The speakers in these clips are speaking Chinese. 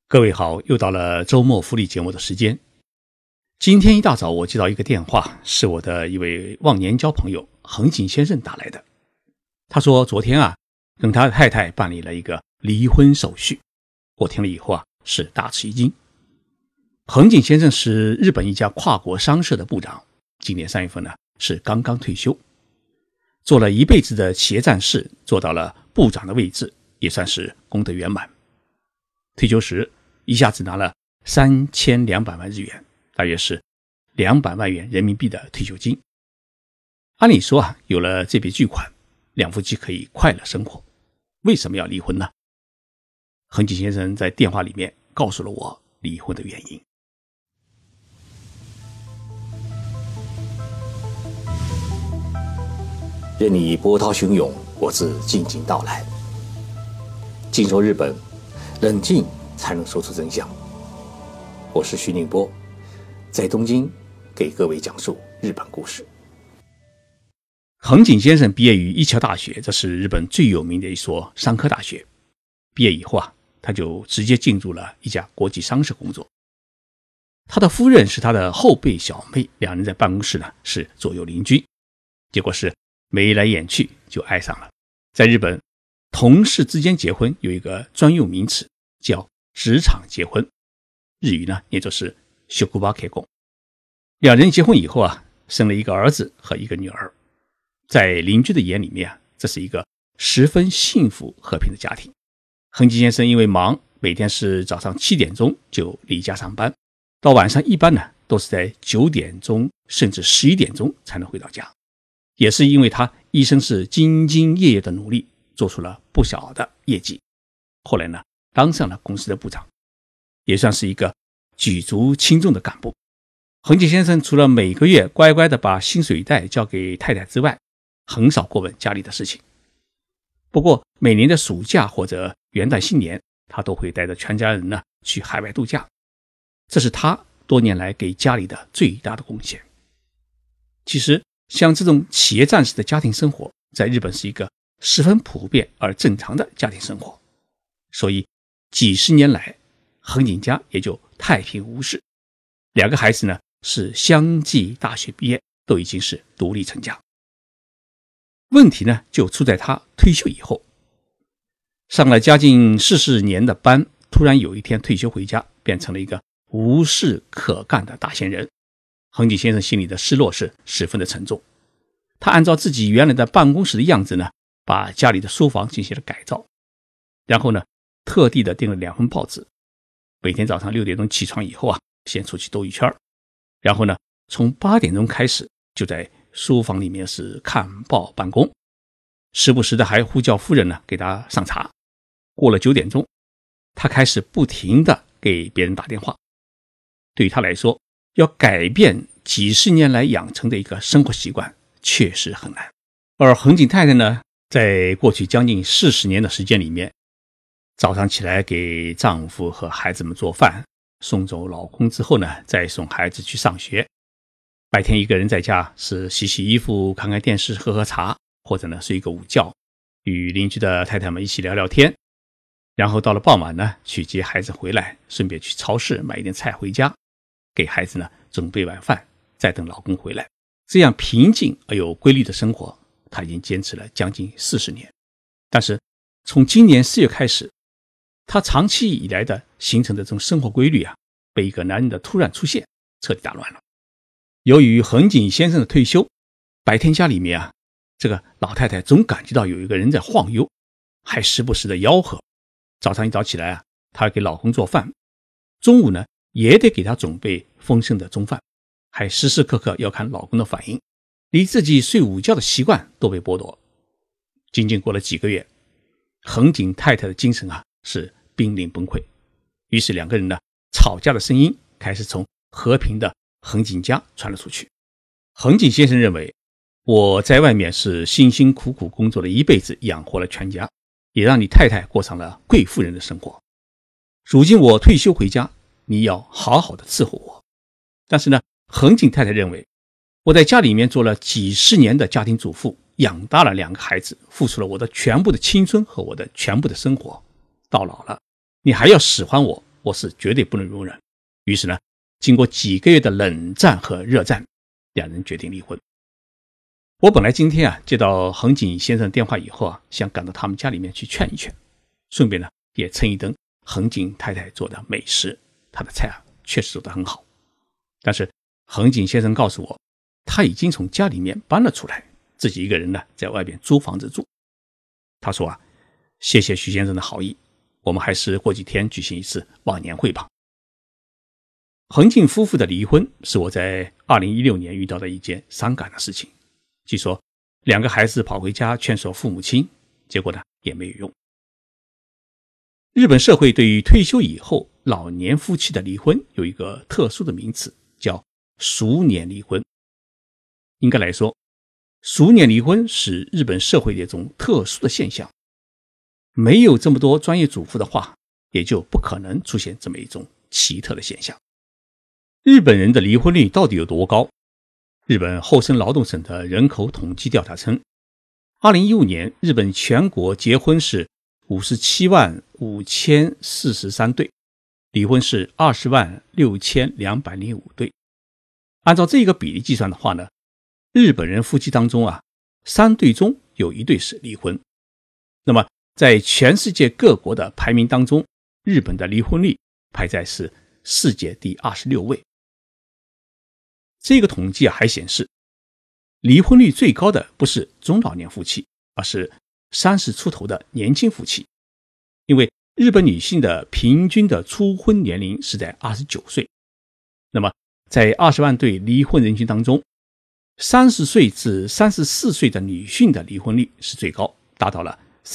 各位好，又到了周末福利节目的时间。今天一大早我接到一个电话，是我的一位忘年交朋友横井先生打来的。他说昨天跟他的太太办理了一个离婚手续。我听了以后是大吃一惊。横井先生是日本一家跨国商社的部长，今年3月份是刚刚退休，做了一辈子的企业战士，做到了部长的位置，也算是功德圆满。退休时一下子拿了3200万日元，大约是200万元人民币的退休金。按理说有了这笔巨款，两夫妻可以快乐生活，为什么要离婚呢？横井先生在电话里面告诉了我离婚的原因。 任你波涛汹涌，我自静静到来。静说日本，冷静才能说出真相。我是徐宁波，在东京给各位讲述日本故事。 横井先生毕业于一桥大学，这是日本最有名的一所商科大学。毕业以后他就直接进入了一家国际商社工作。他的夫人是他的后辈小妹，两人在办公室是左右邻居，结果是眉来眼去就爱上了。在日本，同事之间结婚有一个专用名词叫职场结婚，日语也就是職場結婚。两人结婚以后生了一个儿子和一个女儿。在邻居的眼里面这是一个十分幸福和平的家庭。横井先生因为忙，每天是早上7点钟就离家上班，到晚上一般都是在9点钟甚至11点钟才能回到家。也是因为他一生是兢兢业业的努力，做出了不小的业绩，后来当上了公司的部长，也算是一个举足轻重的干部。横井先生除了每个月乖乖的把薪水袋交给太太之外，很少过问家里的事情。不过每年的暑假或者元旦新年，他都会带着全家人去海外度假，这是他多年来给家里的最大的贡献。其实像这种企业战士的家庭生活，在日本是一个十分普遍而正常的家庭生活，所以几十年来横井家也就太平无事。两个孩子是相继大学毕业，都已经是独立成家。问题就出在他退休以后，上了将近40年的班，突然有一天退休回家，变成了一个无事可干的大闲人。横井先生心里的失落是十分的沉重。他按照自己原来的办公室的样子把家里的书房进行了改造，然后特地的订了2份报纸，每天早上6点钟起床以后先出去兜一圈，然后从8点钟开始就在书房里面是看报办公，时不时的还呼叫夫人给他上茶。过了9点钟，他开始不停的给别人打电话。对于他来说，要改变几十年来养成的一个生活习惯确实很难。而横井太太在过去将近40年的时间里面，早上起来给丈夫和孩子们做饭，送走老公之后再送孩子去上学。白天一个人在家是洗洗衣服，看看电视，喝喝茶，或者睡一个午觉，与邻居的太太们一起聊聊天。然后到了傍晚去接孩子回来，顺便去超市买一点菜回家，给孩子准备晚饭，再等老公回来。这样平静而有规律的生活，他已经坚持了将近40年。但是从今年4月开始，他长期以来的形成的这种生活规律被一个男人的突然出现彻底打乱了。由于横井先生的退休，白天家里面这个老太太总感觉到有一个人在晃悠，还时不时的吆喝。早上一早起来她给老公做饭，中午也得给他准备丰盛的中饭，还时时刻刻要看老公的反应，离自己睡午觉的习惯都被剥夺。仅仅过了几个月，横井太太的精神是濒临崩溃。于是两个人吵架的声音开始从和平的横井家传了出去。横井先生认为，我在外面是辛辛苦苦工作了一辈子，养活了全家，也让你太太过上了贵妇人的生活。如今我退休回家，你要好好的伺候我。但是横井太太认为，我在家里面做了几十年的家庭主妇，养大了2个孩子，付出了我的全部的青春和我的全部的生活，到老了你还要使唤我， 我是绝对不能容忍。于是呢，经过几个月的冷战和热战，两人决定离婚。我本来今天接到横井先生的电话以后想赶到他们家里面去劝一劝，顺便呢也蹭一顿横井太太做的美食，他的菜确实做得很好。但是横井先生告诉我，他已经从家里面搬了出来，自己一个人呢在外边租房子住。他说谢谢徐先生的好意，我们还是过几天举行一次忘年会吧。横井夫妇的离婚是我在2016年遇到的一件伤感的事情。据说两个孩子跑回家劝说父母亲，结果呢也没有用。日本社会对于退休以后老年夫妻的离婚有一个特殊的名词，叫熟年离婚。应该来说，熟年离婚是日本社会的一种特殊的现象，没有这么多专业主妇的话，也就不可能出现这么一种奇特的现象。日本人的离婚率到底有多高？日本厚生劳动省的人口统计调查称，2015年日本全国结婚是575043对，离婚是206205对。按照这个比例计算的话呢，日本人夫妻当中3对中有1对是离婚。那么在全世界各国的排名当中，日本的离婚率排在是世界第26位。这个统计还显示，离婚率最高的不是中老年夫妻，而是30出头的年轻夫妻。因为日本女性的平均的初婚年龄是在29岁。那么在20万对离婚人群当中，30岁至34岁的女性的离婚率是最高，达到了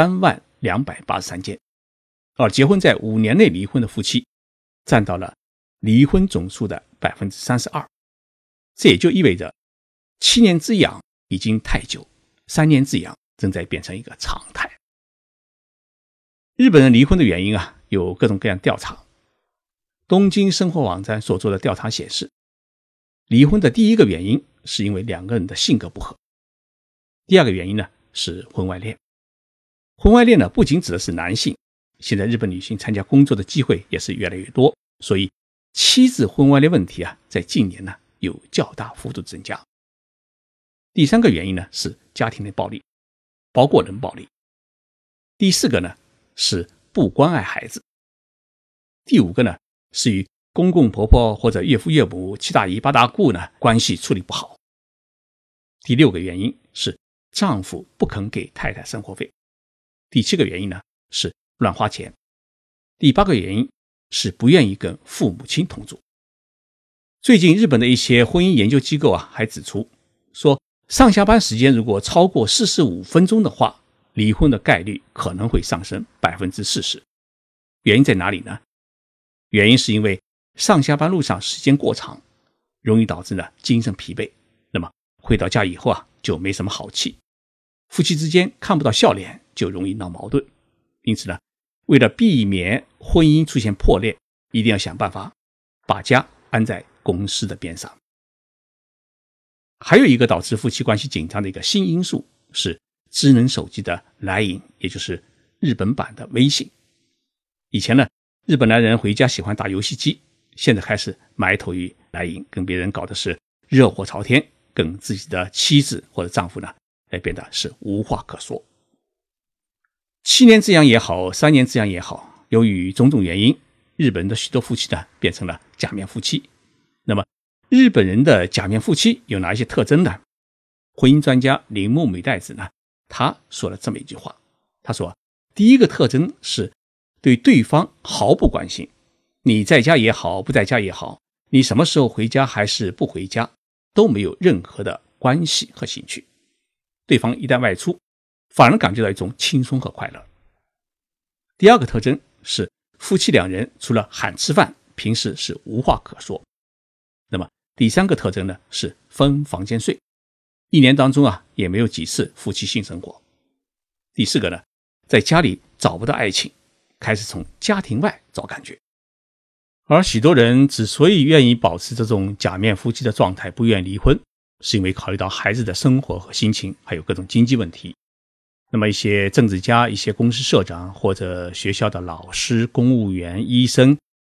30283件。而结婚在5年内离婚的夫妻占到了离婚总数的 32%。这也就意味着7年之痒已经太久，3年之痒正在变成一个常态。日本人离婚的原因有各种各样调查。东京生活网站所做的调查显示，离婚的第一个原因是因为两个人的性格不合。第二个原因呢是婚外恋。婚外恋呢不仅指的是男性，现在日本女性参加工作的机会也是越来越多，所以妻子婚外恋问题在近年呢有较大幅度增加。第三个原因呢是家庭内暴力，包括冷暴力。第四个呢是不关爱孩子。第五个呢是与公公婆婆或者岳父岳母、七大姨八大姑呢关系处理不好。第六个原因是丈夫不肯给太太生活费。第七个原因呢是乱花钱。第八个原因是不愿意跟父母亲同住。最近日本的一些婚姻研究机构还指出，说上下班时间如果超过45分钟的话，离婚的概率可能会上升 40%。 原因在哪里呢？原因是因为上下班路上时间过长，容易导致精神疲惫，那么回到家以后就没什么好气，夫妻之间看不到笑脸，就容易闹矛盾。因此呢，为了避免婚姻出现破裂，一定要想办法把家安在公司的边上。还有一个导致夫妻关系紧张的一个新因素是智能手机的来引，也就是日本版的微信。以前呢，日本男人回家喜欢打游戏机，现在开始埋头于来引，跟别人搞的是热火朝天，跟自己的妻子或者丈夫呢变得是无话可说。7年之痒也好，3年之痒也好，由于种种原因，日本的许多夫妻呢变成了假面夫妻。那么日本人的假面夫妻有哪一些特征呢？婚姻专家铃木美代子呢，他说了这么一句话，他说第一个特征是对对方毫不关心，你在家也好，不在家也好，你什么时候回家还是不回家，都没有任何的关系和兴趣。对方一旦外出，反而感觉到一种轻松和快乐。第二个特征是夫妻两人除了喊吃饭，平时是无话可说。那么第三个特征呢是分房间睡，一年当中也没有几次夫妻性生活。第四个呢，在家里找不到爱情，开始从家庭外找感觉。而许多人之所以愿意保持这种假面夫妻的状态，不愿意离婚，是因为考虑到孩子的生活和心情，还有各种经济问题。那么一些政治家、一些公司社长或者学校的老师、公务员、医生，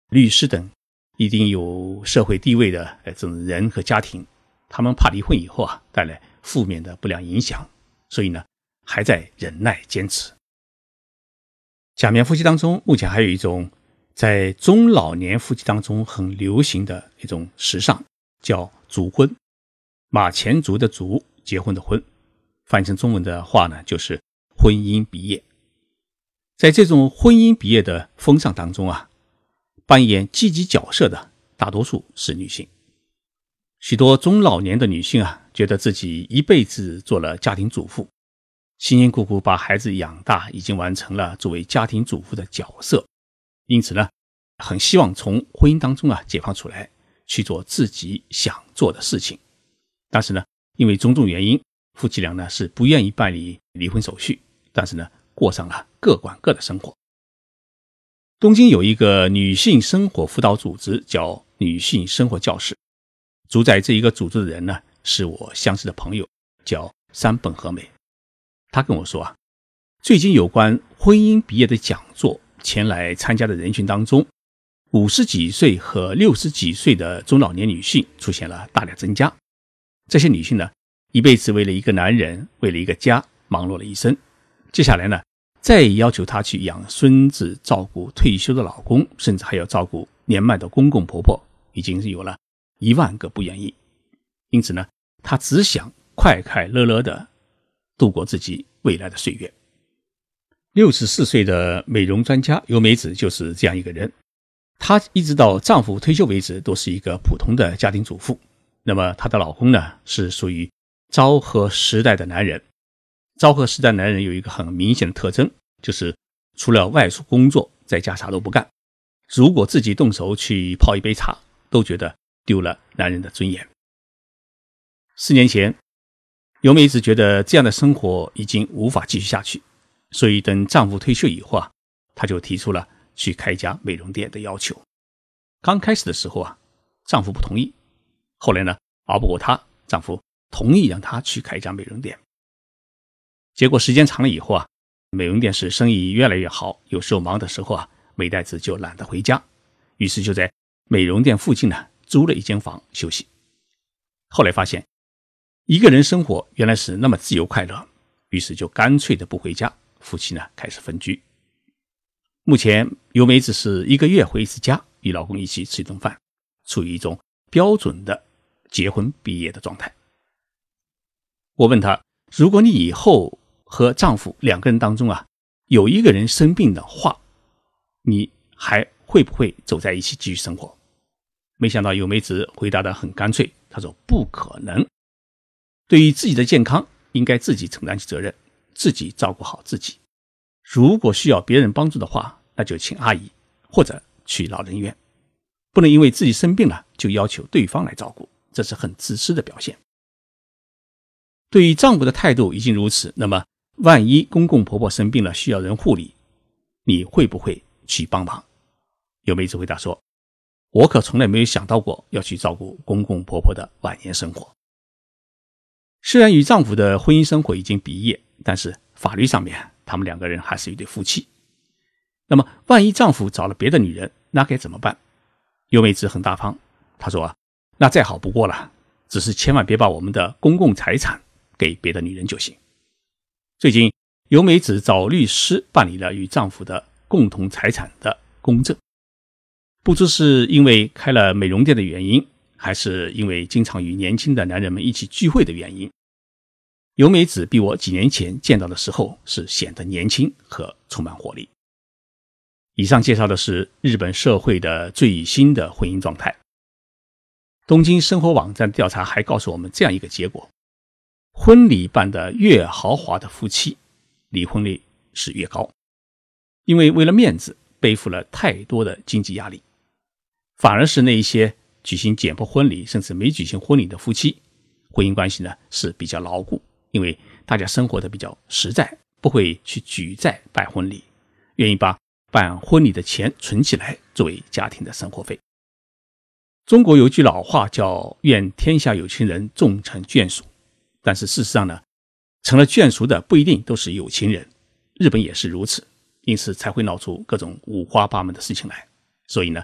律师等一定有社会地位的这种人和家庭，他们怕离婚以后带来负面的不良影响，所以呢还在忍耐坚持。假面夫妻当中目前还有一种在中老年夫妻当中很流行的一种时尚，叫族婚，马前卒的卒，结婚的婚，翻译成中文的话呢就是婚姻毕业。在这种婚姻毕业的风尚当中扮演积极角色的大多数是女性。许多中老年的女性觉得自己一辈子做了家庭主妇，辛辛苦苦把孩子养大，已经完成了作为家庭主妇的角色，因此呢很希望从婚姻当中解放出来，去做自己想做的事情。但是呢因为种种原因，夫妻俩呢是不愿意办理离婚手续，但是呢过上了各管各的生活。东京有一个女性生活辅导组织叫女性生活教室，主宰这一个组织的人呢是我相识的朋友，叫山本和美。他跟我说最近有关婚姻毕业的讲座，前来参加的人群当中50几岁和60几岁的中老年女性出现了大量增加。这些女性呢一辈子为了一个男人，为了一个家忙碌了一生，接下来呢再要求她去养孙子，照顾退休的老公，甚至还要照顾年迈的公公婆婆，已经是有了1万个不愿意。因此呢她只想快快乐乐地度过自己未来的岁月。64岁的美容专家由美子就是这样一个人，她一直到丈夫退休为止都是一个普通的家庭主妇。那么她的老公呢是属于昭和时代的男人。昭和时代男人有一个很明显的特征，就是除了外出工作，在家啥都不干。如果自己动手去泡一杯茶，都觉得丢了男人的尊严。4年前，由美子觉得这样的生活已经无法继续下去，所以等丈夫退休以后她就提出了去开一家美容店的要求。刚开始的时候丈夫不同意，后来呢熬不过她，丈夫同意让她去开一家美容店。结果时间长了以后美容店是生意越来越好，有时候忙的时候美代子就懒得回家，于是就在美容店附近呢租了一间房休息。后来发现一个人生活原来是那么自由快乐，于是就干脆的不回家，夫妻呢开始分居。目前由美子是1个月回一次家，与老公一起吃一顿饭，处于一种标准的结婚毕业的状态。我问她，如果你以后和丈夫2个人当中有一个人生病的话，你还会不会走在一起继续生活？没想到由美子回答得很干脆，她说不可能。对于自己的健康应该自己承担起责任，自己照顾好自己。如果需要别人帮助的话，那就请阿姨或者去老人院，不能因为自己生病了就要求对方来照顾，这是很自私的表现。对于丈夫的态度已经如此，那么万一公公婆婆生病了需要人护理，你会不会去帮忙？由美子回答说，我可从来没有想到过要去照顾公公婆婆的晚年生活。虽然与丈夫的婚姻生活已经毕业，但是法律上面他们2个人还是一对夫妻。那么万一丈夫找了别的女人，那该怎么办？由美子很大方，她说那再好不过了，只是千万别把我们的公共财产给别的女人就行。最近由美子找律师办理了与丈夫的共同财产的公证。不知是因为开了美容店的原因，还是因为经常与年轻的男人们一起聚会的原因，由美子比我几年前见到的时候是显得年轻和充满活力。以上介绍的是日本社会的最新的婚姻状态。东京生活网站调查还告诉我们这样一个结果，婚礼办得越豪华的夫妻，离婚率是越高，因为为了面子背负了太多的经济压力。反而是那一些举行简朴婚礼甚至没举行婚礼的夫妻，婚姻关系呢是比较牢固，因为大家生活的比较实在，不会去举债办婚礼，愿意把办婚礼的钱存起来作为家庭的生活费。中国有句老话叫愿天下有情人终成眷属，但是事实上呢，成了眷属的不一定都是有情人，日本也是如此，因此才会闹出各种五花八门的事情来。所以呢，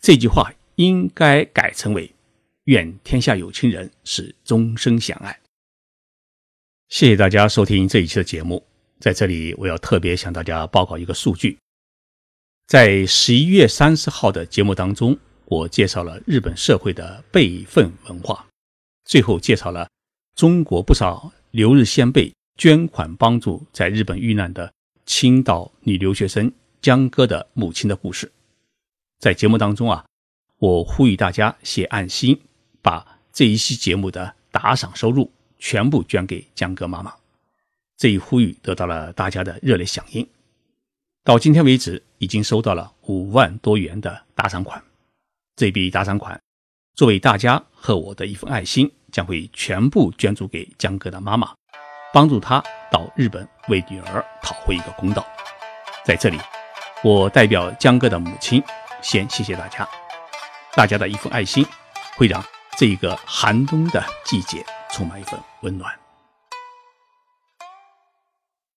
这句话应该改成为愿天下有情人是终生相爱。谢谢大家收听这一期的节目。在这里我要特别向大家报告一个数据，在11月30号的节目当中，我介绍了日本社会的辈分文化，最后介绍了中国不少留日先辈捐款帮助在日本遇难的青岛女留学生江歌的母亲的故事。在节目当中我呼吁大家写爱心，把这一期节目的打赏收入全部捐给江歌妈妈。这一呼吁得到了大家的热烈响应，到今天为止已经收到了5万多元的打赏款。这笔打赏款作为大家和我的一份爱心，将会全部捐助给江歌的妈妈，帮助她到日本为女儿讨回一个公道。在这里，我代表江歌的母亲先谢谢大家，大家的一份爱心会让这一个寒冬的季节充满一份温暖。